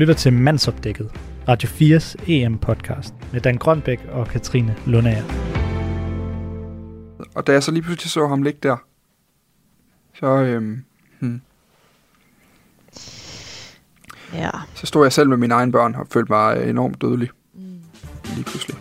lytter til Mandsopdækket, Radio 4's EM-podcast med Dan Grønbæk og Katrine Lundager. Og da jeg så lige pludselig så ham ligge der, så stod jeg selv med mine egne børn og følte mig enormt dødelig. Lige pludselig.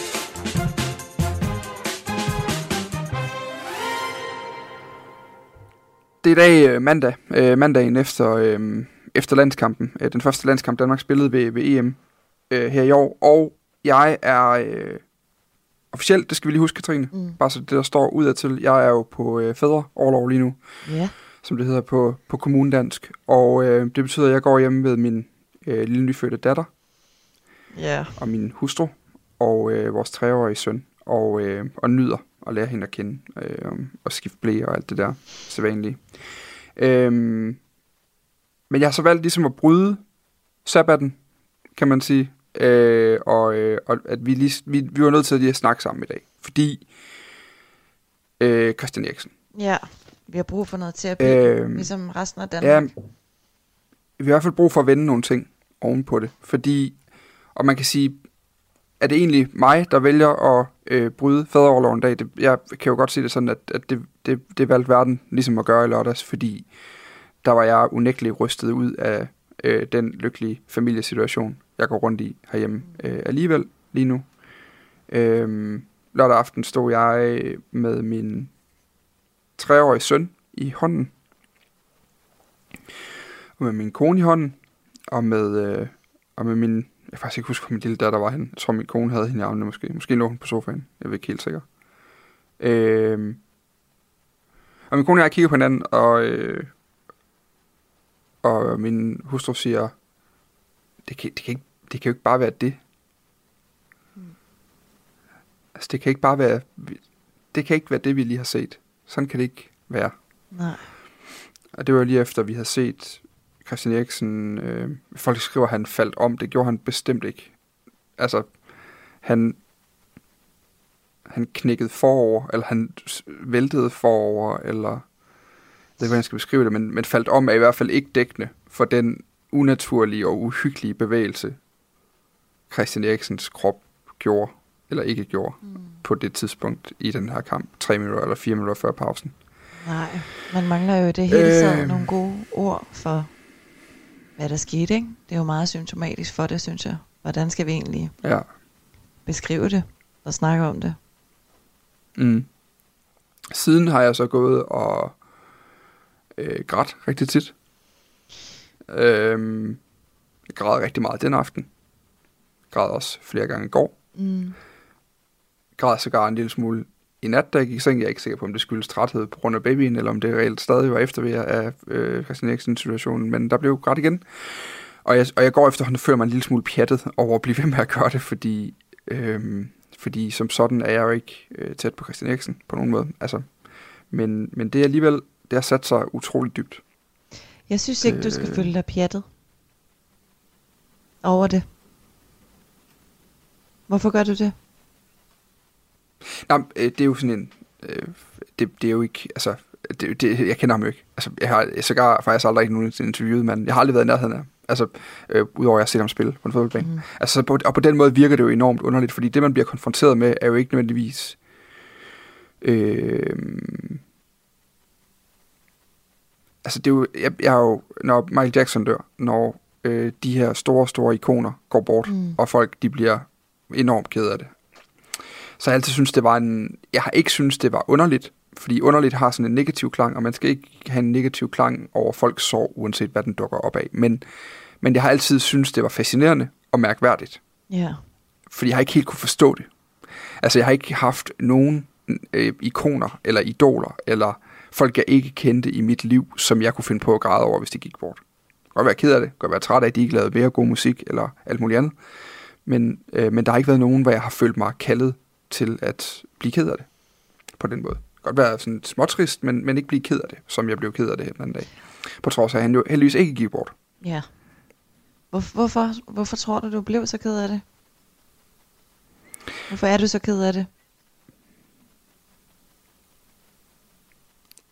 Det er i dag mandagen efter landskampen. Den første landskamp, Danmark spillede ved EM her i år. Og jeg er officielt, det skal vi lige huske, Katrine, bare så det der står udadtil. Jeg er jo på fædreorlov lige nu, som det hedder på kommunedansk. Og det betyder, at jeg går hjemme med min lille nyfødte datter og min hustru og vores 3-årige søn. Og nyder at lære hende at kende og skifte ble og alt det der sædvanlige. Men jeg har så valgt ligesom at bryde sabbaten, kan man sige, og at vi var nødt til at lige snakke sammen i dag, fordi Christian Eriksen. Ja, vi har brug for noget terapi, ligesom resten af Danmark. Ja, vi har i hvert fald brug for at vende nogle ting ovenpå det, fordi, og man kan sige, er det egentlig mig, der vælger at bryde fædreorloven en dag? Jeg kan jo godt sige det sådan, at det valgte verden ligesom at gøre i lørdags, fordi der var jeg unægteligt rystet ud af den lykkelige familiesituation, jeg går rundt i herhjemme alligevel lige nu. Lørdag aften stod jeg med min 3-årige søn i hånden, og med min kone i hånden, og med min, jeg kan faktisk ikke huske, hvor min lille datter var henne. Jeg tror, min kone havde hende i armene måske. Måske lå hun på sofaen. Jeg er ikke helt sikker. Og min kone og jeg kigger på hinanden, og min hustru siger, det kan jo ikke bare være det. Altså, det kan ikke være det, vi lige har set. Sådan kan det ikke være. Nej. Og det var lige efter, vi havde set Christian Eriksen, folk skriver, at han faldt om. Det gjorde han bestemt ikke. Altså, han knækkede forover, eller han væltede forover, eller jeg ved ikke, hvordan jeg skal beskrive det, men faldt om er i hvert fald ikke dækkende for den unaturlige og uhyggelige bevægelse, Christian Eriksens krop gjorde, eller ikke gjorde, på det tidspunkt i den her kamp, 3 minutter eller 4 minutter før pausen. Nej, man mangler jo det hele taget nogle gode ord for, hvad der skete, ikke? Det er jo meget symptomatisk for det, synes jeg. Hvordan skal vi egentlig beskrive det og snakke om det? Siden har jeg så gået og grædt rigtig tit. Jeg græd rigtig meget den aften. Græd også flere gange i går. Græd sågar en lille smule i nat, da jeg gik i seng. Jeg er ikke sikker på, om det skyldes træthed på grund af babyen, eller om det reelt stadig var eftervejr af Christian Eriksens situationen, men der blev grædt igen. Og jeg går efterhånden og føler mig en lille smule pjattet over at blive ved med at gøre det, fordi som sådan er jeg jo ikke tæt på Christian Eriksen på nogen måde. Altså, men det er alligevel, det har sat sig utroligt dybt. Jeg synes ikke, du skal føle dig pjattet over det. Hvorfor gør du det? Nej, det er jo sådan en... Det er jo ikke... Altså, jeg kender ham jo ikke. Altså, jeg har sågar faktisk aldrig ikke nogen interviewet, men jeg har aldrig været i nærheden af. Altså, udover at jeg har set ham spille på en fodboldbane. Altså, og på den måde virker det jo enormt underligt, fordi det, man bliver konfronteret med, er jo ikke nødvendigvis... Altså, det er jo... Jeg er jo... Når Michael Jackson dør, når de her store ikoner går bort, og folk, de bliver enormt ked af det. Så jeg altid synes, det var jeg har ikke synes, det var underligt, fordi underligt har sådan en negativ klang, og man skal ikke have en negativ klang over folks sorg, uanset hvad den dukker op af. Men jeg har altid synes, det var fascinerende og mærkværdigt. Ja. Fordi jeg har ikke helt kunne forstå det. Altså, jeg har ikke haft nogen ikoner, eller idoler, eller folk, jeg ikke kendte i mit liv, som jeg kunne finde på at græde over, hvis de gik bort. Jeg kan godt være ked af det, jeg kan godt være træt af, at de ikke lavede mere god musik, eller alt muligt andet. Men der har ikke været nogen, hvor jeg har følt mig kaldet til at blive ked af det. På den måde. Det kan godt være sådan småtrist, men ikke blive ked af det, som jeg blev ked af det den anden dag. På trods af, at han jo heldigvis ikke gik bort. Ja. Hvorfor tror du blev så ked af det? Hvorfor er du så ked af det?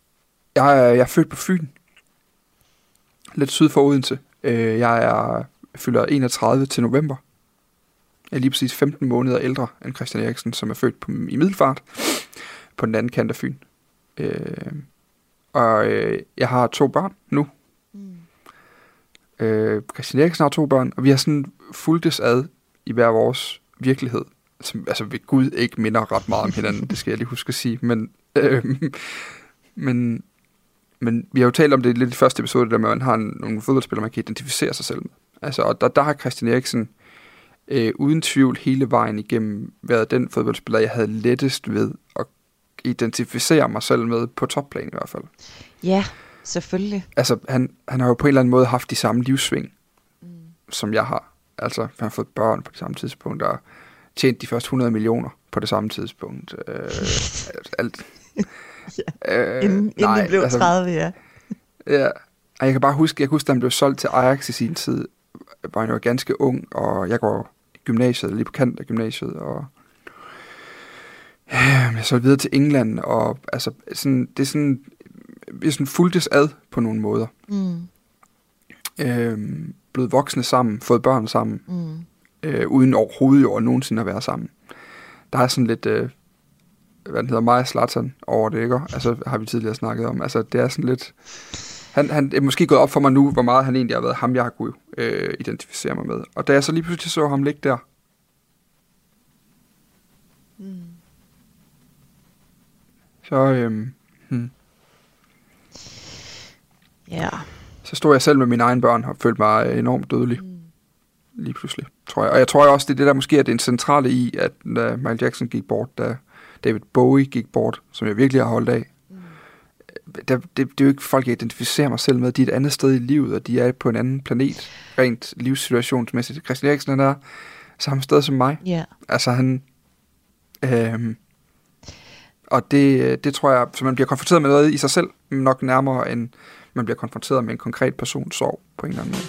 Jeg er født på Fyn. Lidt syd for Odense. Jeg er fylder 31 til november. Jeg er lige præcis 15 måneder ældre end Christian Eriksen, som er født i Middelfart, på den anden kant af Fyn. Jeg har 2 børn nu. Christian Eriksen har 2 børn, og vi har sådan fulgtes ad i hver vores virkelighed, som altså ved Gud ikke minder ret meget om hinanden, det skal jeg lige huske at sige, men vi har jo talt om det lidt i første episode, der med, at man har nogle fodboldspillere, man kan identificere sig selv med. Altså, og der har Christian Eriksen uden tvivl hele vejen igennem været den fodboldspiller, jeg havde lettest ved at identificere mig selv med, på topplan i hvert fald. Ja, selvfølgelig. Altså, han har jo på en eller anden måde haft de samme livssving, som jeg har. Altså, han har fået børn på det samme tidspunkt, og tjent de første 100 millioner på det samme tidspunkt. Alt. Inden de blev 30, ja. Ja, og jeg kan huske, at han blev solgt til Ajax i sin tid, hvor han var ganske ung, og jeg går i gymnasiet, lige på kant af gymnasiet, og jeg så videre til England, og altså, sådan, det er sådan, vi sådan fulgtes ad på nogle måder. Blevet voksne sammen, fået børn sammen, uden overhovedet jo nogensinde at være sammen. Der er sådan lidt, hvad den hedder, mig og Zlatan over det, ikke? Altså, har vi tidligere snakket om. Altså, det er sådan lidt, han er måske gået op for mig nu, hvor meget han egentlig har været ham, jeg har kunnet identificere mig med. Og da jeg så lige pludselig så ham ligge der, så, så stod jeg selv med mine egne børn og følte mig enormt dødelig. Lige pludselig, tror jeg. Og jeg tror også, det er det, der måske er det centrale i, at da Michael Jackson gik bort, da David Bowie gik bort, som jeg virkelig har holdt af, det er jo ikke folk, jeg identificerer mig selv med. De er et andet sted i livet, og de er på en anden planet, rent livssituationsmæssigt. Christian Eriksen, han er samme sted som mig. Yeah. Altså han... og det tror jeg, så man bliver konfronteret med noget i sig selv, nok nærmere end man bliver konfronteret med en konkret persons sorg på en eller anden måde.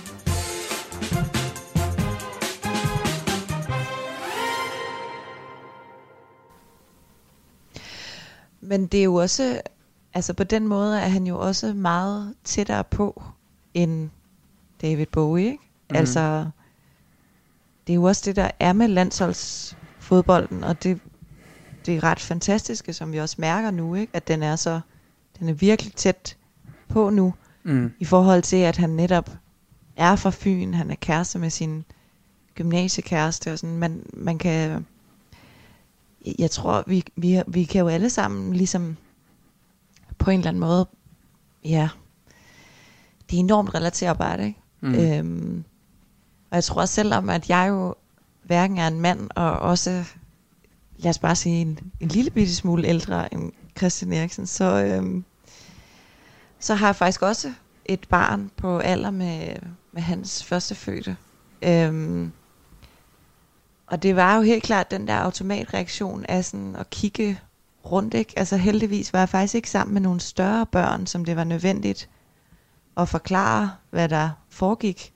Men det er jo også, altså på den måde er han jo også meget tættere på end David Bowie, ikke? Altså, det er jo også det, der er med landsholdsfodbolden, og det er ret fantastiske, som vi også mærker nu, ikke? At den er virkelig tæt på nu, i forhold til, at han netop er fra Fyn, han er kæreste med sin gymnasiekæreste, og sådan, man kan... Jeg tror, vi kan jo alle sammen ligesom på en eller anden måde, ja, det er enormt relaterbart, ikke? Og jeg tror også, selvom at jeg jo hverken er en mand, og også, lad os bare sige, en lille bitte smule ældre end Christian Eriksen, så har jeg faktisk også et barn på alder med hans førstefødte. Og det var jo helt klart den der automatreaktion af sådan at kigge rundt, ikke? Altså heldigvis var jeg faktisk ikke sammen med nogle større børn, som det var nødvendigt at forklare, hvad der foregik.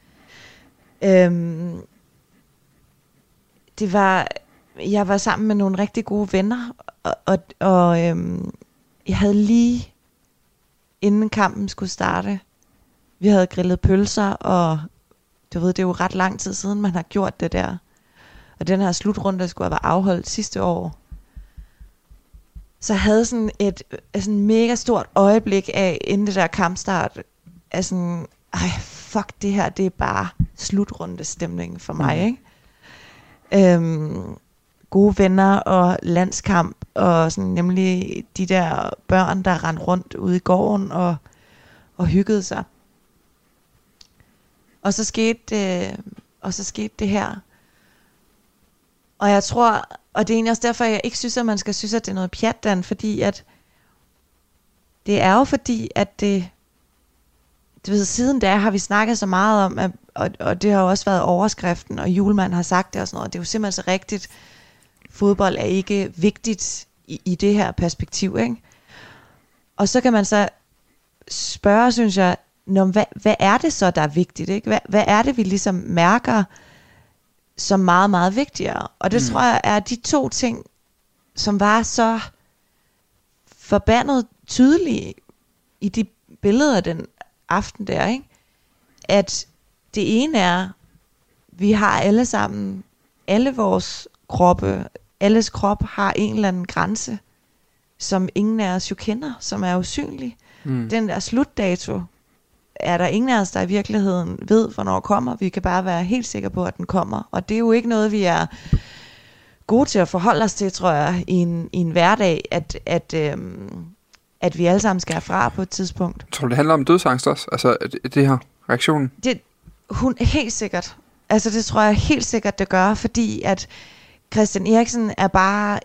Jeg var sammen med nogle rigtig gode venner, og jeg havde lige inden kampen skulle starte, vi havde grillet pølser, og du ved, det er jo ret lang tid siden, man har gjort det der. Og den her slutrunde skulle have været afholdt sidste år. Så jeg havde sådan et mega stort øjeblik af, inden det der kampstart, af sådan, fuck det her, det er bare slutrundestemning for mig, ikke? Gode venner og landskamp, og sådan nemlig de der børn, der rendte rundt ude i gården og hyggede sig. Og så skete det her. Og jeg tror, og det er egentlig også derfor, jeg ikke synes, at man skal synes, at det er noget pjat, Dan, fordi at det er jo fordi, at det, du ved, siden da har vi snakket så meget om, og det har jo også været overskriften, og Julemand har sagt det og sådan noget, det er jo simpelthen så rigtigt, fodbold er ikke vigtigt i det her perspektiv, ikke? Og så kan man så spørge, synes jeg, hvad er det så, der er vigtigt, ikke? Hvad er det, vi ligesom mærker som meget, meget vigtigere? Og det tror jeg er de to ting, som var så forbandet tydelige i de billeder den aften der, ikke? At det ene er, vi har alle sammen, alle vores kroppe, alles krop har en eller anden grænse, som ingen af os jo kender, som er usynlig. Den der slutdato er der ingen af os, der i virkeligheden ved, hvornår kommer. Vi kan bare være helt sikre på, at den kommer. Og det er jo ikke noget, vi er gode til at forholde os til, tror jeg, i en hverdag, at vi alle sammen skal herfra på et tidspunkt. Tror du, det handler om dødsangst også? Altså det her, reaktionen? Helt sikkert. Altså det tror jeg helt sikkert, det gør, fordi at Christian Eriksen er bare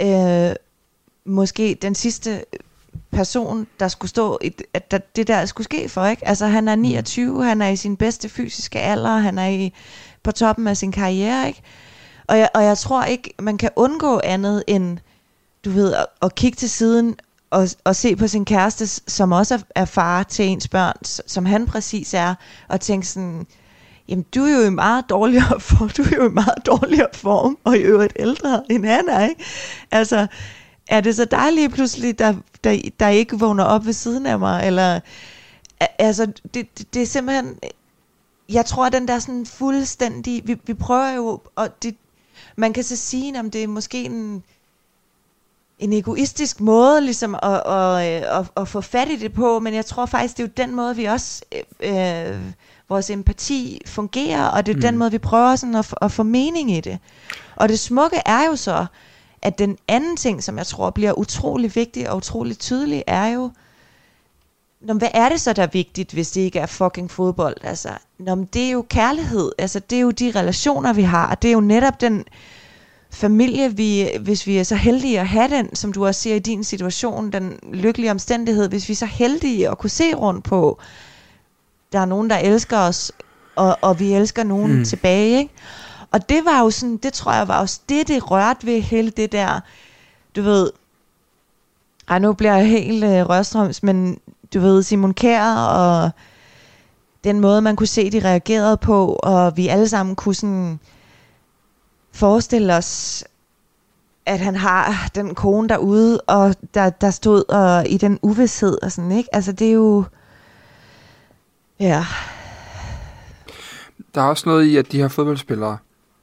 måske den sidste person, der skulle stå, at det der skulle ske for, ikke? Altså han er 29, han er i sin bedste fysiske alder, han er på toppen af sin karriere, ikke? Og jeg tror ikke, man kan undgå andet end, du ved, at kigge til siden og se på sin kæreste, som også er far til ens børn, som han præcis er, og tænke sådan, jamen du er jo i meget dårligere form, og i øvrigt ældre end han er, ikke? Altså, er det så dig lige pludselig, der ikke vågner op ved siden af mig, eller, altså, det er simpelthen, jeg tror, den der sådan fuldstændig, vi prøver jo, og man kan så sige, om det er måske en egoistisk måde ligesom at få fat i det på, men jeg tror faktisk, det er jo den måde, vi også, vores empati fungerer, og det er den måde, vi prøver sådan at få mening i det. Og det smukke er jo så, at den anden ting, som jeg tror bliver utrolig vigtig og utrolig tydelig, er jo, hvad er det så, der er vigtigt, hvis det ikke er fucking fodbold? Altså, det er jo kærlighed, altså det er jo de relationer, vi har, og det er jo netop den familie, hvis vi er så heldige at have den, som du også siger i din situation, den lykkelige omstændighed, hvis vi er så heldige at kunne se rundt på, der er nogen, der elsker os, og vi elsker nogen tilbage, ikke? Og det var jo sådan, det tror jeg var også det rørte ved hele det der, du ved, nu bliver jeg helt rørstrøms, men du ved, Simon Kjær og den måde, man kunne se, de reagerede på, og vi alle sammen kunne sådan forestille os, at han har den kone derude, og der stod og i den uvished og sådan, ikke? Altså det er jo, ja. Der er også noget i, at de her fodboldspillere,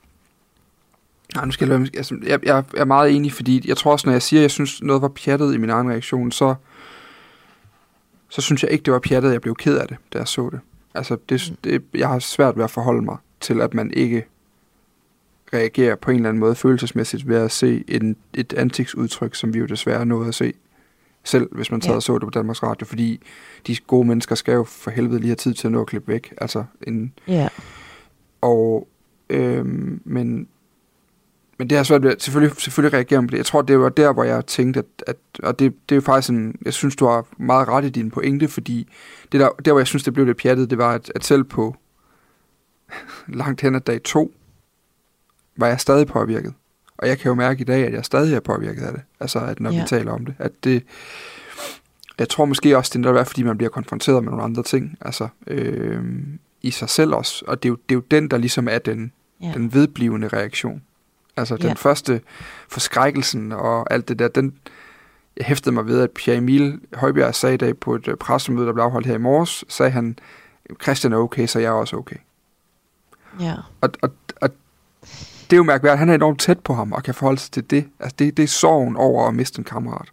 nu skal jeg er meget enig, fordi jeg tror også, når jeg siger, at jeg synes, noget var pjattet i min egen reaktion, så synes jeg ikke, det var pjattet, jeg blev ked af det, da jeg så det. Altså, jeg har svært ved at forholde mig til, at man ikke reagerer på en eller anden måde følelsesmæssigt ved at se et ansigtsudtryk, som vi jo desværre nåede at se selv, hvis man tager og så det på Danmarks Radio, fordi de gode mennesker skal jo for helvede lige have tid til at nå at klippe væk. Altså, men det har svært ved at selvfølgelig reagere på det. Jeg tror, det var der, hvor jeg tænkte, og det er jo faktisk jeg synes, du har meget ret i din pointe, fordi der, hvor jeg synes, det blev lidt pjattet, det var, at selv på langt hen ad dag 2, var jeg stadig påvirket. Og jeg kan jo mærke i dag, at jeg stadig er påvirket af det. Altså, at når vi taler om det. At det, jeg tror måske også, det er fordi man bliver konfronteret med nogle andre ting. Altså, i sig selv også. Og det er jo den, der ligesom er den vedblivende reaktion. Altså, den første forskrækkelsen og alt det der, jeg hæftede mig ved, at Pierre Emil Højbjerg sagde i dag på et pressemøde, der blev afholdt her i morges, sagde han, Christian er okay, så jeg er også okay. Ja. Og det er jo mærkværdigt, han er enormt tæt på ham, og kan forholde sig til det. Altså, det er sorgen over at miste en kammerat.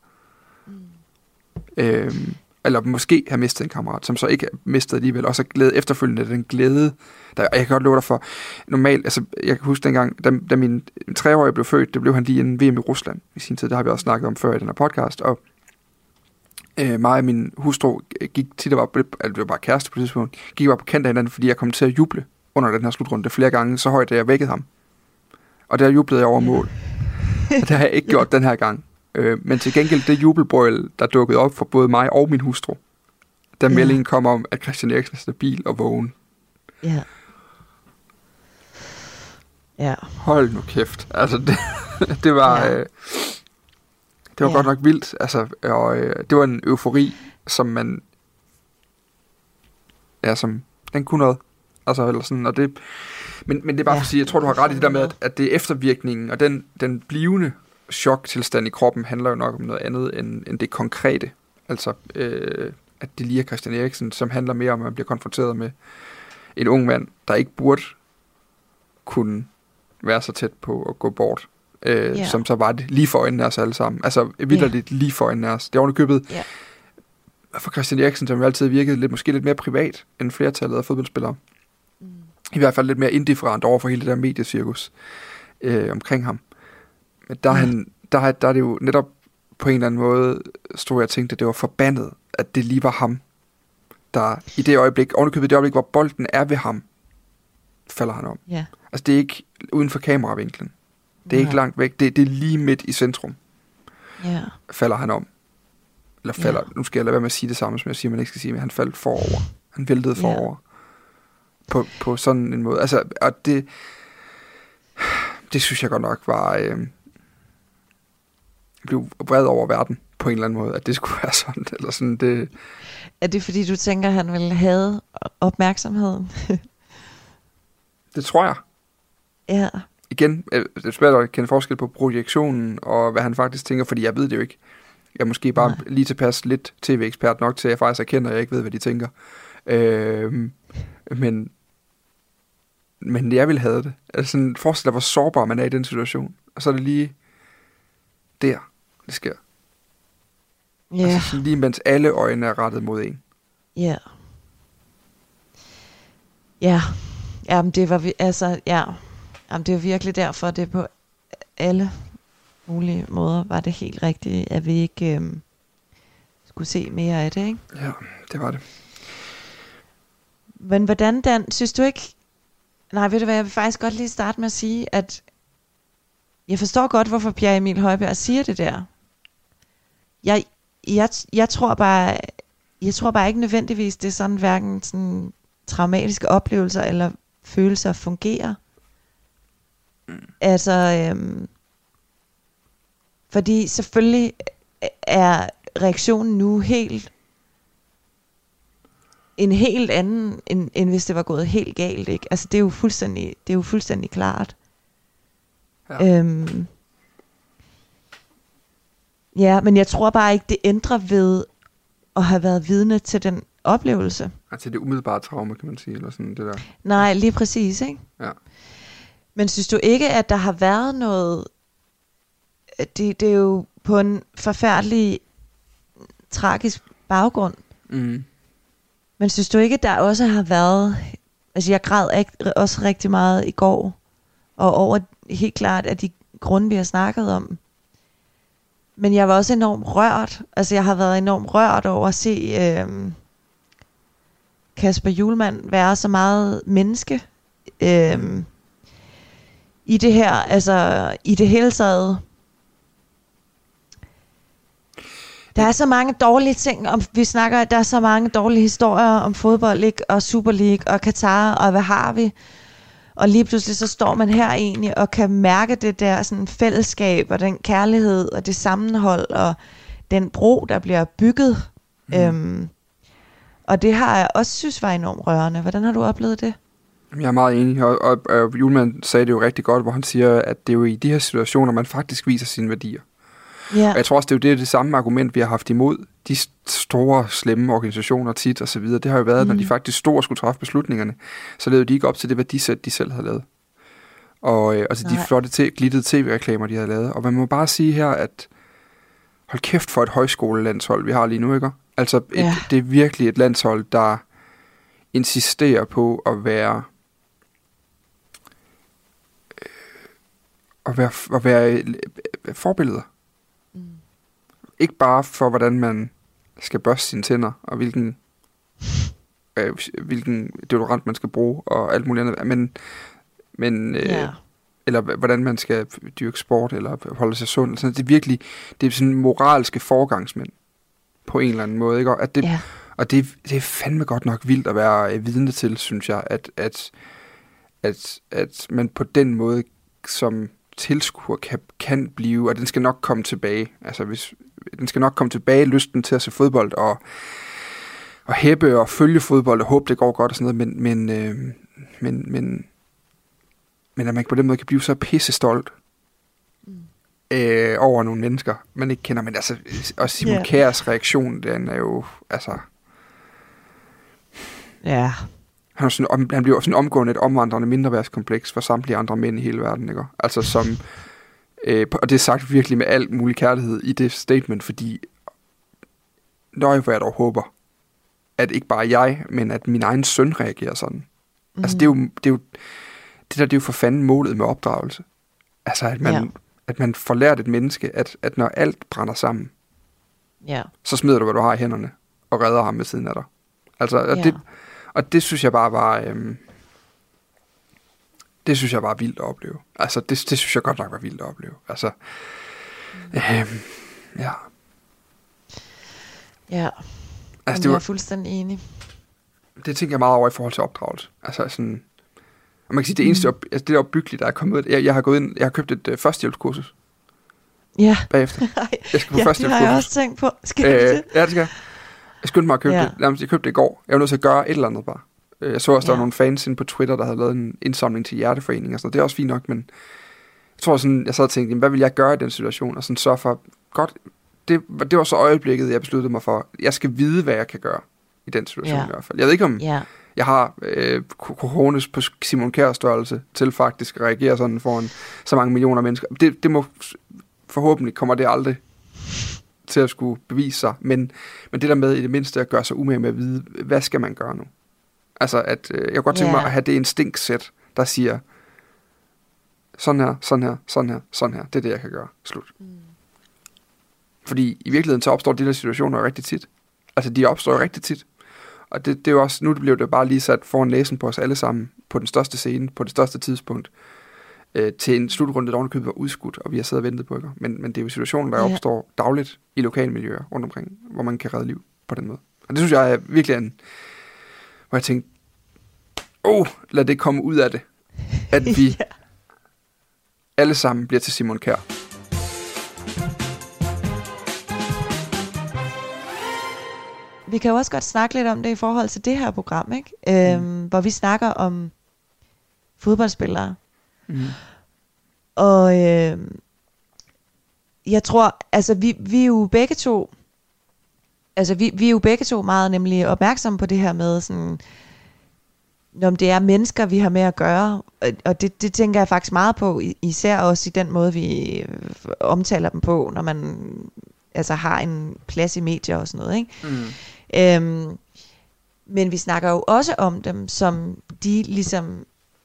Eller måske have mistet en kammerat, som så ikke har mistet alligevel, og så glæde efterfølgende den glæde, jeg kan godt love dig for, normalt, altså jeg kan huske dengang, da min 3-årige blev født, det blev han lige inden VM i Rusland i sin tid, det har vi også snakket om før i den her podcast, og mig og min hustru gik tit og det var bare kæreste på det tidspunkt, gik bare på kant af hinanden, fordi jeg kom til at juble under den her slutrunde flere gange, så højt, at jeg vækkede ham. Og der jublede jeg over mål. Og det har jeg ikke gjort den her gang. Men til gengæld det jubelbrøl, der dukkede op for både mig og min hustru, da meldingen kom om, at Christian Eriksen er stabil og vågen. Ja. Ja. Hold nu kæft. Altså, det var... det var godt nok vildt. Altså, og det var en eufori, som man... Ja, som... Den kunne noget. Altså, eller sådan, og det... Men det er bare for at sige, jeg tror, du har ret i det der med, at det er eftervirkningen, og den blivende choktilstand i kroppen handler jo nok om noget andet end det konkrete. Altså, at det lige er Christian Eriksen, som handler mere om, at man bliver konfronteret med en ung mand, der ikke burde kunne være så tæt på at gå bort. Som så var det lige for øjnene af os alle sammen. Altså vitterligt lige for øjnene af os. Det er ovenikøbet for Christian Eriksen, som jo altid virkede måske lidt mere privat end flertallet af fodboldspillere. I hvert fald lidt mere indifferent over for hele det der mediecirkus omkring ham. Men der er det jo netop på en eller anden måde, stod jeg og tænkte, at det var forbandet, at det lige var ham, der i det øjeblik, ovenikøbet det øjeblik, hvor bolden er ved ham, falder han om. Ja. Altså det er ikke uden for kameravinklen. Det er ikke langt væk. Det er lige midt i centrum. Ja. Falder han om. Eller falder, nu skal jeg lade være med at sige det samme, som jeg siger, man ikke skal sige, men han faldt forover. Han væltede forover. På sådan en måde. Altså, og det synes jeg godt nok var blev vred over verden på en eller anden måde, at det skulle være sådan, eller sådan det. Er det fordi du tænker, han ville have opmærksomheden? Det tror jeg. Ja. Igen, det er svært at kende forskel på projektionen og hvad han faktisk tænker, fordi jeg ved det jo ikke. Jeg er måske bare lige tilpas lidt tv-ekspert nok til, at jeg faktisk erkender, at jeg ikke ved, hvad de tænker. Men jeg ville have det. Altså, forestil dig, hvor sårbar man er i den situation. Og så er det lige der, det sker. Ja. Altså, lige mens alle øjne er rettet mod en. Ja. Ja. Jamen, det var Jamen, det var virkelig derfor, det på alle mulige måder var det helt rigtigt, at vi ikke skulle se mere af det, ikke? Ja, det var det. Men hvordan, Dan, synes du ikke... Nej, ved du hvad, jeg vil faktisk godt lige starte med at sige, at jeg forstår godt, hvorfor Pierre Emil Højbjerg siger det der. Jeg tror bare ikke nødvendigvis, det er sådan hverken sådan traumatiske oplevelser eller følelser fungerer. Altså, fordi selvfølgelig er reaktionen nu en helt anden, end hvis det var gået helt galt, ikke? Altså, det er jo fuldstændig klart. Ja. Ja, men jeg tror bare ikke, det ændrer ved at have været vidne til den oplevelse. Altså det umiddelbare traume, kan man sige, eller sådan det der. Nej, lige præcis, ikke? Ja. Men synes du ikke, at der har været noget... Det er jo på en forfærdelig, tragisk baggrund. Mm. Men synes du ikke, at der også har været... Altså jeg græd også rigtig meget i går. Og over helt klart af de grunde, vi har snakket om. Men jeg var også enormt rørt. Altså jeg har været enormt rørt over at se Kasper Hjulmand være så meget menneske. I det her, altså i det hele taget. Der er så mange dårlige ting, der er så mange dårlige historier om fodbold, ikke? Og Super League og Qatar, og hvad har vi? Og lige pludselig så står man her egentlig og kan mærke det der sådan fællesskab og den kærlighed og det sammenhold og den bro, der bliver bygget. Og det har jeg også synes var enormt rørende. Hvordan har du oplevet det? Jeg er meget enig, og Hjulmand sagde det jo rigtig godt, hvor han siger, at det er jo i de her situationer, man faktisk viser sine værdier. Ja. Og jeg tror også, det er jo det samme argument, vi har haft imod de store, slemme organisationer tit og så videre. Det har jo været, når de faktisk stod og skulle træffe beslutningerne, så levede de ikke op til det værdisæt, de selv havde lavet. Og altså de flotte, glittede tv-reklamer, de havde lavet. Og man må bare sige her, at hold kæft for et højskolelandshold, vi har lige nu, ikke? Altså, det er virkelig et landshold, der insisterer på at være forbilleder. Ikke bare for, hvordan man skal børste sine tænder, og hvilken deodorant man skal bruge, og alt muligt andet, men eller hvordan man skal dyrke sport, eller holde sig sund. Så det er virkelig, det er sådan moralske forgangsmænd, på en eller anden måde, ikke? Og det er fandme godt nok vildt at være vidne til, synes jeg, at man på den måde, som tilskuer kan blive, og den skal nok komme tilbage. Altså den skal nok komme tilbage, lysten til at se fodbold og hæppe og følge fodbold og håbe det går godt og sådan noget, men at man på den måde kan blive så pissestolt over nogle mennesker, man ikke kender, men altså og Simon Kjærs reaktion, den er jo altså han bliver sådan omgående et omvandrende mindreværdskompleks for samtlige andre mænd i hele verden, ikke? Altså som, og det er sagt virkelig med al mulig kærlighed i det statement, fordi hvor jeg dog håber, at ikke bare jeg, men at min egen søn reagerer sådan. Altså det er jo for fanden målet med opdragelse. Altså at man får lært et menneske, at når alt brænder sammen, så smider du, hvad du har i hænderne, og redder ham ved siden af dig. Altså, og det synes jeg bare var... det synes jeg var vildt at opleve. Altså, det synes jeg godt nok var vildt at opleve. Altså, ja. Ja, altså, jeg er fuldstændig enig. Det tænker jeg meget over i forhold til opdragelse. Altså sådan... Og man kan sige, det eneste, det der opbyggeligt, der er kommet ud... Jeg har købt et førstehjælpskursus. Ja. Bagefter. Jeg skal på førstehjælpskursus. Det har jeg også tænkt på. Skal du det? Ja, det skal jeg. Jeg skyndte mig at købe det. Jeg købte det i går. Jeg var nødt til at gøre et eller andet bare. Jeg så også, der var nogle fans inde på Twitter, der havde lavet en indsamling til hjerteforening og sådan noget. Det er også fint nok, men jeg tror sådan, jeg sad og tænkte, hvad vil jeg gøre i den situation? Og sådan sørge for, godt, det var så øjeblikket, jeg besluttede mig for, jeg skal vide, hvad jeg kan gøre i den situation i hvert fald. Jeg ved ikke, om jeg har coronas på Simon Kjærs størrelse til faktisk at reagere sådan foran så mange millioner mennesker. Det må forhåbentlig kommer det aldrig til at skulle bevise sig, men det der med i det mindste at gøre sig umage med at vide, hvad skal man gøre nu? Altså, at jeg kunne godt tænke mig at have det instinktsæt, der siger, sådan her, sådan her, sådan her, sådan her, det er det, jeg kan gøre. Slut. Fordi i virkeligheden, så opstår de der situationer jo rigtig tit. Altså, de opstår jo rigtig tit. Og det er jo også, nu blev det bare lige sat foran næsen på os alle sammen, på den største scene, på det største tidspunkt, til en slutrunde, der ovenikøbet var udskudt, og vi har siddet og ventet på det. Men det er jo situationer, der opstår dagligt i lokalmiljøer rundt omkring, hvor man kan redde liv på den måde. Og det synes jeg er virkelig hvor jeg tænkte, lad det komme ud af det, at vi alle sammen bliver til Simon Kjær. Vi kan jo også godt snakke lidt om det i forhold til det her program, ikke? Hvor vi snakker om fodboldspillere. Og jeg tror, altså vi er jo begge to, altså vi er jo begge to meget nemlig opmærksomme på det her med sådan, om det er mennesker, vi har med at gøre, og det tænker jeg faktisk meget på, især også i den måde, vi omtaler dem på, når man altså har en plads i medier og sådan noget, ikke? Men vi snakker jo også om dem, som de ligesom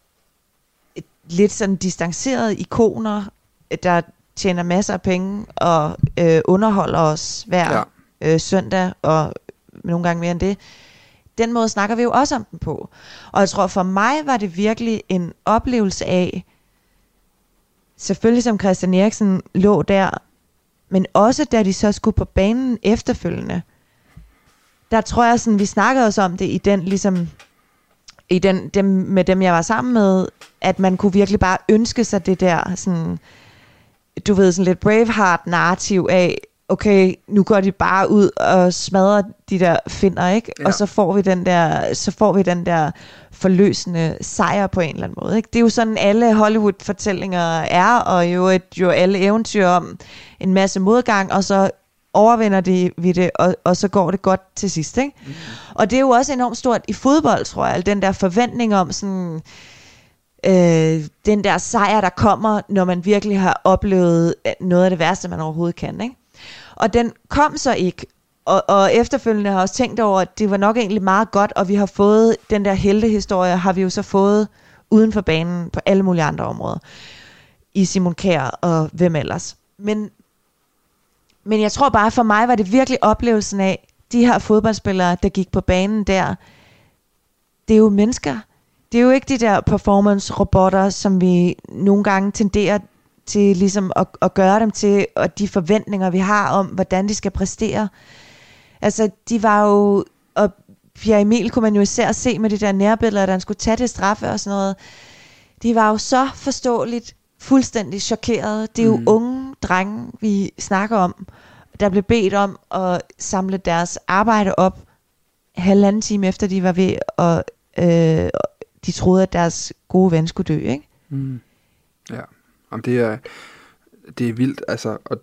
lidt sådan distancerede ikoner, der tjener masser af penge og underholder os hver søndag, og nogle gange mere end det. Den måde snakker vi jo også om dem på. Og jeg tror, for mig var det virkelig en oplevelse af, selvfølgelig som Christian Eriksen lå der, men også da de så skulle på banen efterfølgende, der tror jeg sådan, vi snakkede også om det i den ligesom, dem, med dem jeg var sammen med, at man kunne virkelig bare ønske sig det der sådan, du ved, sådan lidt Braveheart-narrativ af, okay, nu går de bare ud og smadrer de der finner, ikke? Ja. Og så får vi den der forløsende sejr på en eller anden måde, ikke? Det er jo sådan alle Hollywood-fortællinger er, og jo alle eventyr om en masse modgang, og så overvinder vi det, og så går det godt til sidst, ikke? Og det er jo også enormt stort i fodbold, tror jeg, den der forventning om sådan den der sejr, der kommer, når man virkelig har oplevet noget af det værste, man overhovedet kan, ikke? Og den kom så ikke, og efterfølgende har jeg også tænkt over, at det var nok egentlig meget godt, og vi har fået den der heltehistorie, har vi jo så fået uden for banen på alle mulige andre områder, i Simon Kjær og hvem ellers. Men jeg tror bare, for mig var det virkelig oplevelsen af, de her fodboldspillere, der gik på banen der, det er jo mennesker. Det er jo ikke de der performance-robotter, som vi nogle gange tenderer til ligesom at gøre dem til, og de forventninger, vi har om, hvordan de skal præstere. Altså, de var jo, og Pierre Emil kunne man jo især se med de der nærbilleder, der han skulle tage det straffe og sådan noget. De var jo så forståeligt fuldstændig chokerede. Det er jo unge drenge, vi snakker om, der blev bedt om at samle deres arbejde op 1,5 time efter de var ved, og de troede, at deres gode ven skulle dø, ikke? Ja, jamen det er vildt, altså, og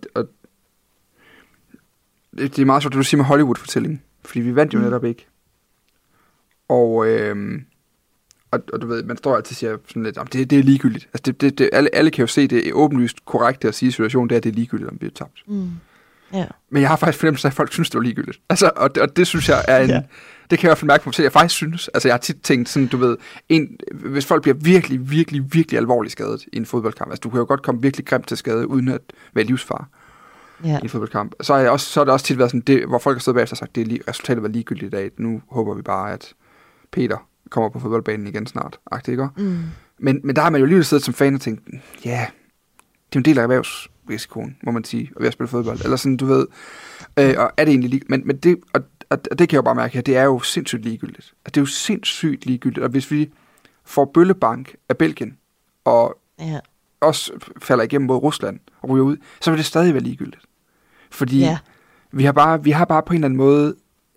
det er meget sjovt, det du siger med Hollywood-fortællingen, fordi vi vandt jo netop ikke. Og og du ved, man står altid og siger sådan lidt, det er ligegyldigt. Altså alle kan jo se, det er åbenlyst korrekt at sige i situationen, det er ligegyldigt, om vi er tabt. Ja. Men jeg har faktisk fornemmelse af, at folk synes, det var ligegyldigt. Altså, og det synes jeg er en... Ja. Det kan jeg i hvert fald mærke på mig selv. Jeg faktisk synes... Altså, jeg har tit tænkt sådan, du ved... Hvis folk bliver virkelig, virkelig, virkelig alvorligt skadet i en fodboldkamp... Altså, du kan jo godt komme virkelig grimt til skade, uden at være livsfare i en fodboldkamp. Så har det også tit været sådan, hvor folk har stået bagefter og sagt, resultatet var ligegyldigt i dag. Nu håber vi bare, at Peter kommer på fodboldbanen igen snart. Ikke? Men der har man jo lige siddet som fan og tænkt, ja, det er en del af erhvervsrisikoen, må man sige, ved at spille fodbold. Eller sådan, du ved, og er det egentlig ligegyldigt? Men det, og det kan jeg jo bare mærke her, det er jo sindssygt ligegyldigt. Det er jo sindssygt ligegyldigt, og hvis vi får bøllebank af Belgien, og også falder igennem mod Rusland, og ryger ud, så vil det stadig være ligegyldigt. Fordi vi har bare på en eller anden måde,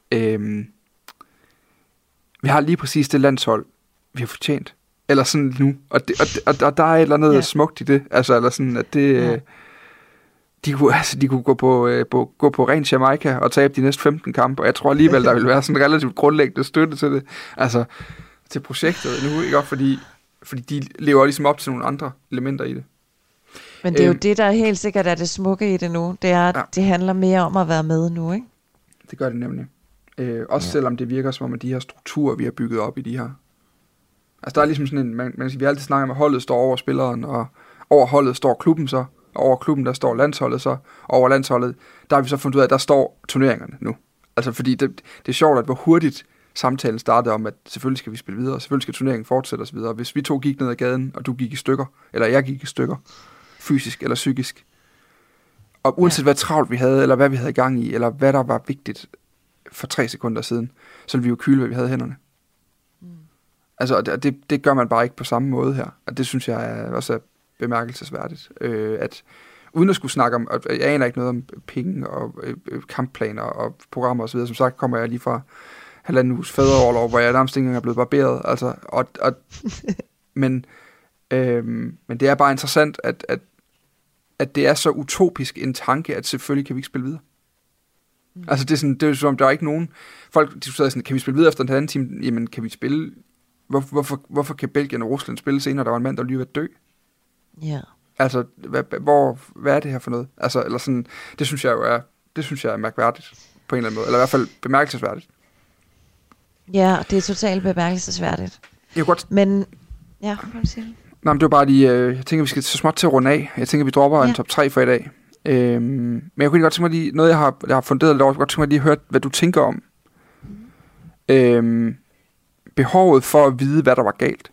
vi har lige præcis det landshold, vi har fortjent. Eller sådan nu. Og der er et eller andet smukt i det. Altså, eller sådan, at det... De kunne gå på ren Jamaica og tabe de næste 15 kampe, og jeg tror alligevel, der vil være sådan en relativt grundlæggende støtte til det. Altså, til projektet nu, ikke? Fordi de lever ligesom op til nogle andre elementer i det. Men det er jo det, der helt sikkert er det smukke i det nu. Det er, at det handler mere om at være med nu, ikke? Det gør det nemlig. Også selvom det virker som om, at de her strukturer, vi har bygget op i de her... Altså, der er ligesom sådan en... Man vi altid snakker om, at holdet står over spilleren, og over holdet står klubben så. Over klubben, der står landsholdet så. Over landsholdet, der har vi så fundet ud af, at der står turneringerne nu. Altså, fordi det er sjovt, at hvor hurtigt samtalen startede om, at selvfølgelig skal vi spille videre, og selvfølgelig skal turneringen fortsætte osv. Hvis vi to gik ned ad gaden, og du gik i stykker, eller jeg gik i stykker, fysisk eller psykisk, og uanset hvad travlt vi havde, eller hvad vi havde i gang i, eller hvad der var vigtigt for 3 sekunder siden, så ville vi jo kyle, hvad vi havde i hænderne. Altså, det gør man bare ikke på samme måde her. Og det synes jeg også er bemærkelsesværdigt. At uden at skulle snakke om, jeg aner ikke noget om penge og kampplaner og programmer osv. Som sagt kommer jeg lige fra 1,5 uges fædreorlov, hvor jeg nærmest ikke engang er blevet barberet. Altså, men det er bare interessant, at det er så utopisk en tanke, at selvfølgelig kan vi ikke spille videre. Altså det er jo som, der er ikke nogen folk diskuterer sådan, kan vi spille videre efter en halvanden time? Jamen kan vi spille, hvorfor kan Belgien og Rusland spille senere, der var en mand, der lige var dø? Ja. Altså hvad er det her for noget? Altså eller sådan, det synes jeg er mærkværdigt på en eller anden måde, eller i hvert fald bemærkelsesværdigt. Ja, det er totalt bemærkelsesværdigt. Jeg godt. Men ja, hvad vil du sige? Nej, men det var bare lige, jeg tænker vi skal så småt til at runde af. Jeg tænker vi dropper en top 3 for i dag. Men jeg kunne godt tænke mig lige, noget jeg har funderet lidt over, jeg kunne godt tænke mig lige at høre, hvad du tænker om. Behovet for at vide, hvad der var galt.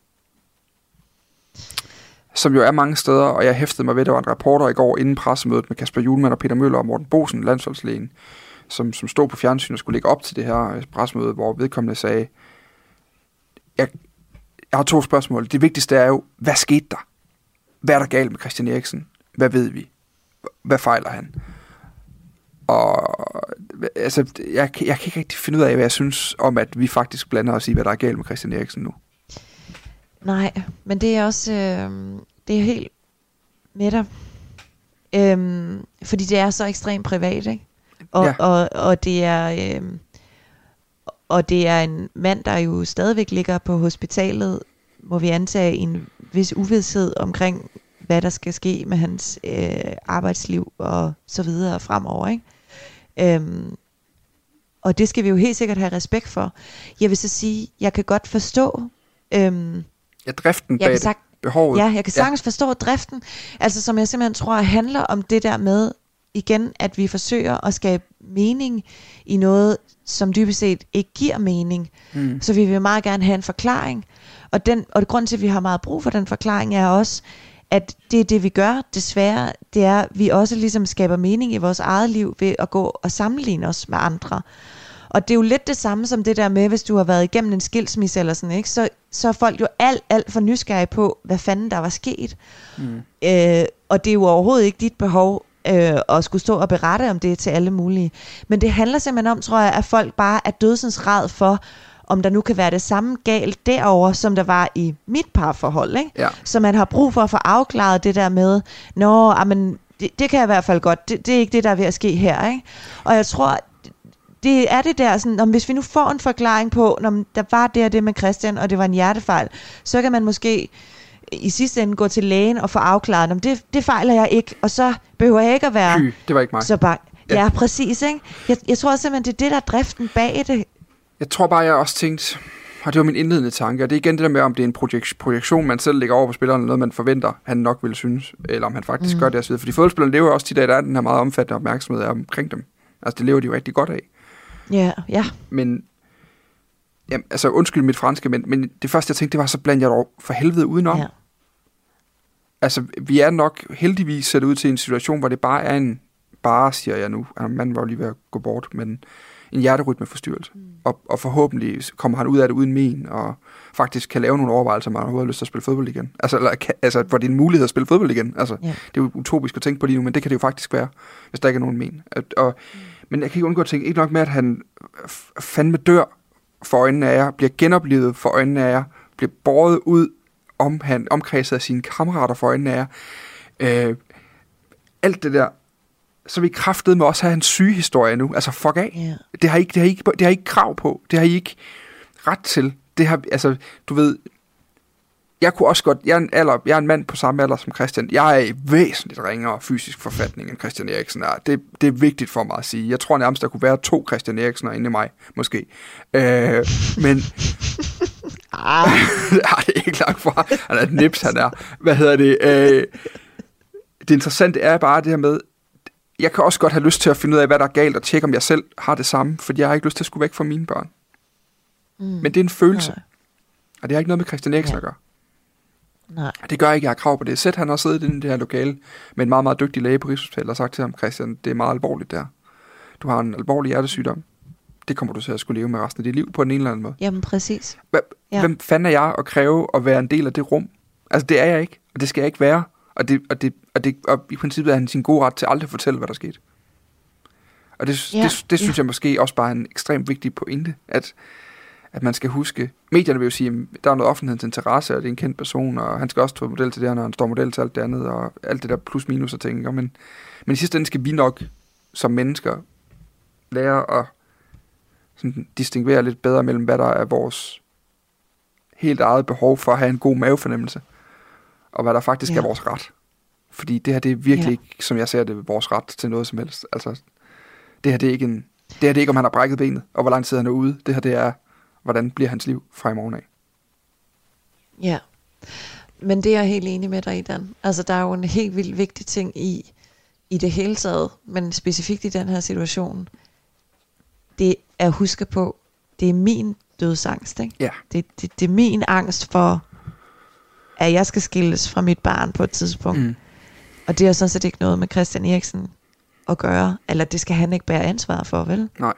Som jo er mange steder, og jeg hæftede mig ved, der var en reporter i går inden pressemødet med Kasper Hjulmand og Peter Møller og Morten Bosen, landsholdslægen, som stod på fjernsyn og skulle lægge op til det her pressemøde, hvor vedkommende sagde, jeg har 2 spørgsmål. Det vigtigste er jo, hvad skete der? Hvad er der galt med Christian Eriksen? Hvad ved vi? Hvad fejler han? Og altså, jeg kan ikke rigtig finde ud af, hvad jeg synes om, at vi faktisk blander os i, hvad der er galt med Christian Eriksen nu. Nej, men det er også det er helt med dig. Fordi det er så ekstremt privat, ikke? Og det er og det er en mand, der jo stadigvæk ligger på hospitalet, må vi antage, en vis uvidshed omkring, hvad der skal ske med hans arbejdsliv og så videre fremover, ikke? Og det skal vi jo helt sikkert have respekt for. Jeg vil så sige, jeg kan godt forstå driften bag behovet. Ja, jeg kan sagtens forstå driften, altså som jeg simpelthen tror handler om det der med, igen, at vi forsøger at skabe mening i noget, som dybest set ikke giver mening. Så vi vil meget gerne have en forklaring. Og grund til, at vi har meget brug for den forklaring, er også, at det er det, vi gør, desværre, det er, at vi også ligesom skaber mening i vores eget liv ved at gå og sammenligne os med andre. Og det er jo lidt det samme som det der med, hvis du har været igennem en skilsmisse eller sådan, ikke? Så er folk jo alt for nysgerrige på, hvad fanden der var sket. Og det er jo overhovedet ikke dit behov at skulle stå og berette om det til alle mulige. Men det handler simpelthen om, tror jeg, at folk bare er dødsensrad for, om der nu kan være det samme galt derovre, som der var i mit parforhold, ikke? Ja. Så man har brug for at få afklaret det der med, men det kan jeg i hvert fald godt, det er ikke det, der er ved at ske her, ikke? Og jeg tror, det er det der, sådan, hvis vi nu får en forklaring på, når der var det med Christian, og det var en hjertefejl, så kan man måske i sidste ende gå til lægen og få afklaret, om det fejler jeg ikke, og så behøver jeg ikke at være... det var ikke mig. Så bare, ja, præcis, ikke? Jeg tror simpelthen, det er det, der er driften bag det. Jeg tror bare, jeg også tænkt, og det var min indledende tanke, og det er igen det der med, om det er en projektion, man selv lægger over på spilleren, eller noget, man forventer, han nok vil synes, eller om han faktisk gør det osv. Fordi fodboldspillerne lever også tit af, at der er den her meget omfattende opmærksomhed omkring dem. Altså, det lever de jo rigtig godt af. Ja. Men, jamen, altså, undskyld mit franske, men det første, jeg tænkte, det var, så blandt jeg dog for helvede udenom. Ja. Altså, vi er nok heldigvis sat ud til en situation, hvor det bare er siger jeg nu, manden var jo lige ved at gå bort, men en hjerterytmeforstyrrelse. Og forhåbentlig kommer han ud af det uden men, og faktisk kan lave nogle overvejelser, om han overhovedet har lyst til at spille fodbold igen. Altså, hvor det er en mulighed at spille fodbold igen. Altså, det er jo utopisk at tænke på lige nu, men det kan det jo faktisk være, hvis der ikke er nogen men. Men jeg kan ikke undgå at tænke, ikke nok med, at han fandme dør for øjnene af jer, bliver genoplevet for øjnene af jer, bliver båret ud, omkredset af sine kammerater for øjnene af jer. Alt det der, så vi kraftede med også have en sygehistorie nu. Altså, fuck af. Yeah. Det har I ikke krav på. Det har I ikke ret til. Det har, altså, du ved, jeg kunne også godt, jeg er en mand på samme alder som Christian. Jeg er i væsentligt ringere fysisk forfatning end Christian Eriksen er. Det er vigtigt for mig at sige. Jeg tror nærmest, der kunne være 2 Christian Eriksener inde i mig, måske. Men... det er ikke langt fra. Han er et nips, han er. Hvad hedder det? Det interessante er bare det her med, jeg kan også godt have lyst til at finde ud af, hvad der er galt, og tjekke, om jeg selv har det samme, fordi jeg har ikke lyst til at skulle væk fra mine børn. Men det er en følelse. Nej. Og det har ikke noget med Christian Eriksen at gøre. Nej. Det gør ikke, jeg har krav på det. Sæt, han har siddet i det her lokale med en meget, meget dygtig læge på Rigshospitalet og sagt til ham, Christian, det er meget alvorligt der. Du har en alvorlig hjertesygdom. Det kommer du til at skulle leve med resten af dit liv på en eller anden måde. Jamen, præcis. Hvem fanden er jeg at kræve at være en del af det rum? Altså, det er jeg ikke, og det skal jeg ikke være. Og i princippet er han sin gode ret til aldrig at fortælle, hvad der skete. Og det synes jeg måske også bare er en ekstremt vigtig pointe, at man skal huske. Medierne vil jo sige, at der er noget offentlighedens interesse, og det er en kendt person, og han skal også tage model til det her, når han står model til alt det andet, og alt det der plus minus og ting. Men i sidste ende skal vi nok som mennesker lære at sådan distinguere lidt bedre mellem, hvad der er vores helt eget behov for at have en god mavefornemmelse, og hvad der faktisk er vores ret. Fordi det her, det er virkelig ikke, som jeg ser det, vores ret til noget som helst. Altså, det her, det er ikke, om han har brækket benet, og hvor lang tid han er ude. Det her, det er, hvordan bliver hans liv fra i morgen af. Ja, men det er jeg helt enig med dig i, Dan. Altså, der er jo en helt vildt vigtig ting i det hele taget, men specifikt i den her situation, det er at huske på, det er min dødsangst, ikke? Ja. Det er min angst for, at jeg skal skilles fra mit barn på et tidspunkt. Og det er sådan set ikke noget med Christian Eriksen at gøre, eller det skal han ikke bære ansvar for, vel? Nej.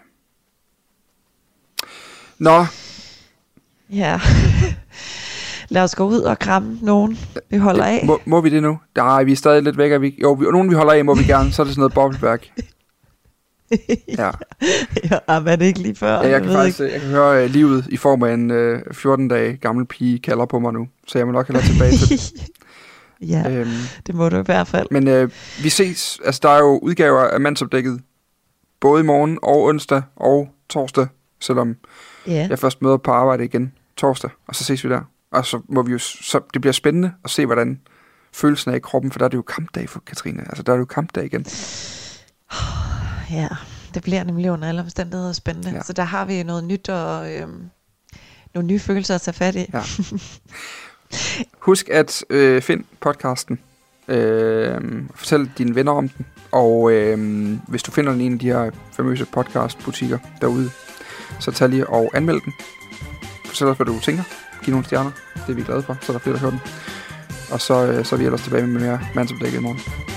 Nå. Ja. Lad os gå ud og kramme nogen, vi holder af. Må vi det nu? Nej, vi er stadig lidt væk. Nogen vi holder af, må vi gerne. Så er det sådan noget bobleværk. Ja, men det ikke lige før. Ja, jeg kan høre livet i form af en 14 dage gammel pige kalder på mig nu, så jeg må nok hellere tilbage til det. Ja, det må du i hvert fald. Men vi ses, altså der er jo udgaver af Mandsopdækket, både i morgen og onsdag og torsdag, selvom jeg først møder på arbejde igen torsdag, og så ses vi der. Og så må vi jo, det bliver spændende at se, hvordan følelsen er i kroppen, for der er det jo kampdag for Katrine. Altså der er det jo kampdag igen. Ja, det bliver nemlig under alle omstændigheder spændende. Ja. Så der har vi noget nyt og nogle nye følelser at tage fat i. Ja. Husk at find podcasten. Fortæl dine venner om den. Og hvis du finder den i en af de her famøse podcastbutikker derude, så tag lige og anmeld den. Fortæl os, hvad du tænker. Giv nogle stjerner. Det er vi glade for. Så er der flere, der hører den. Og så er vi ellers tilbage med mere Mandsopdækket i morgen.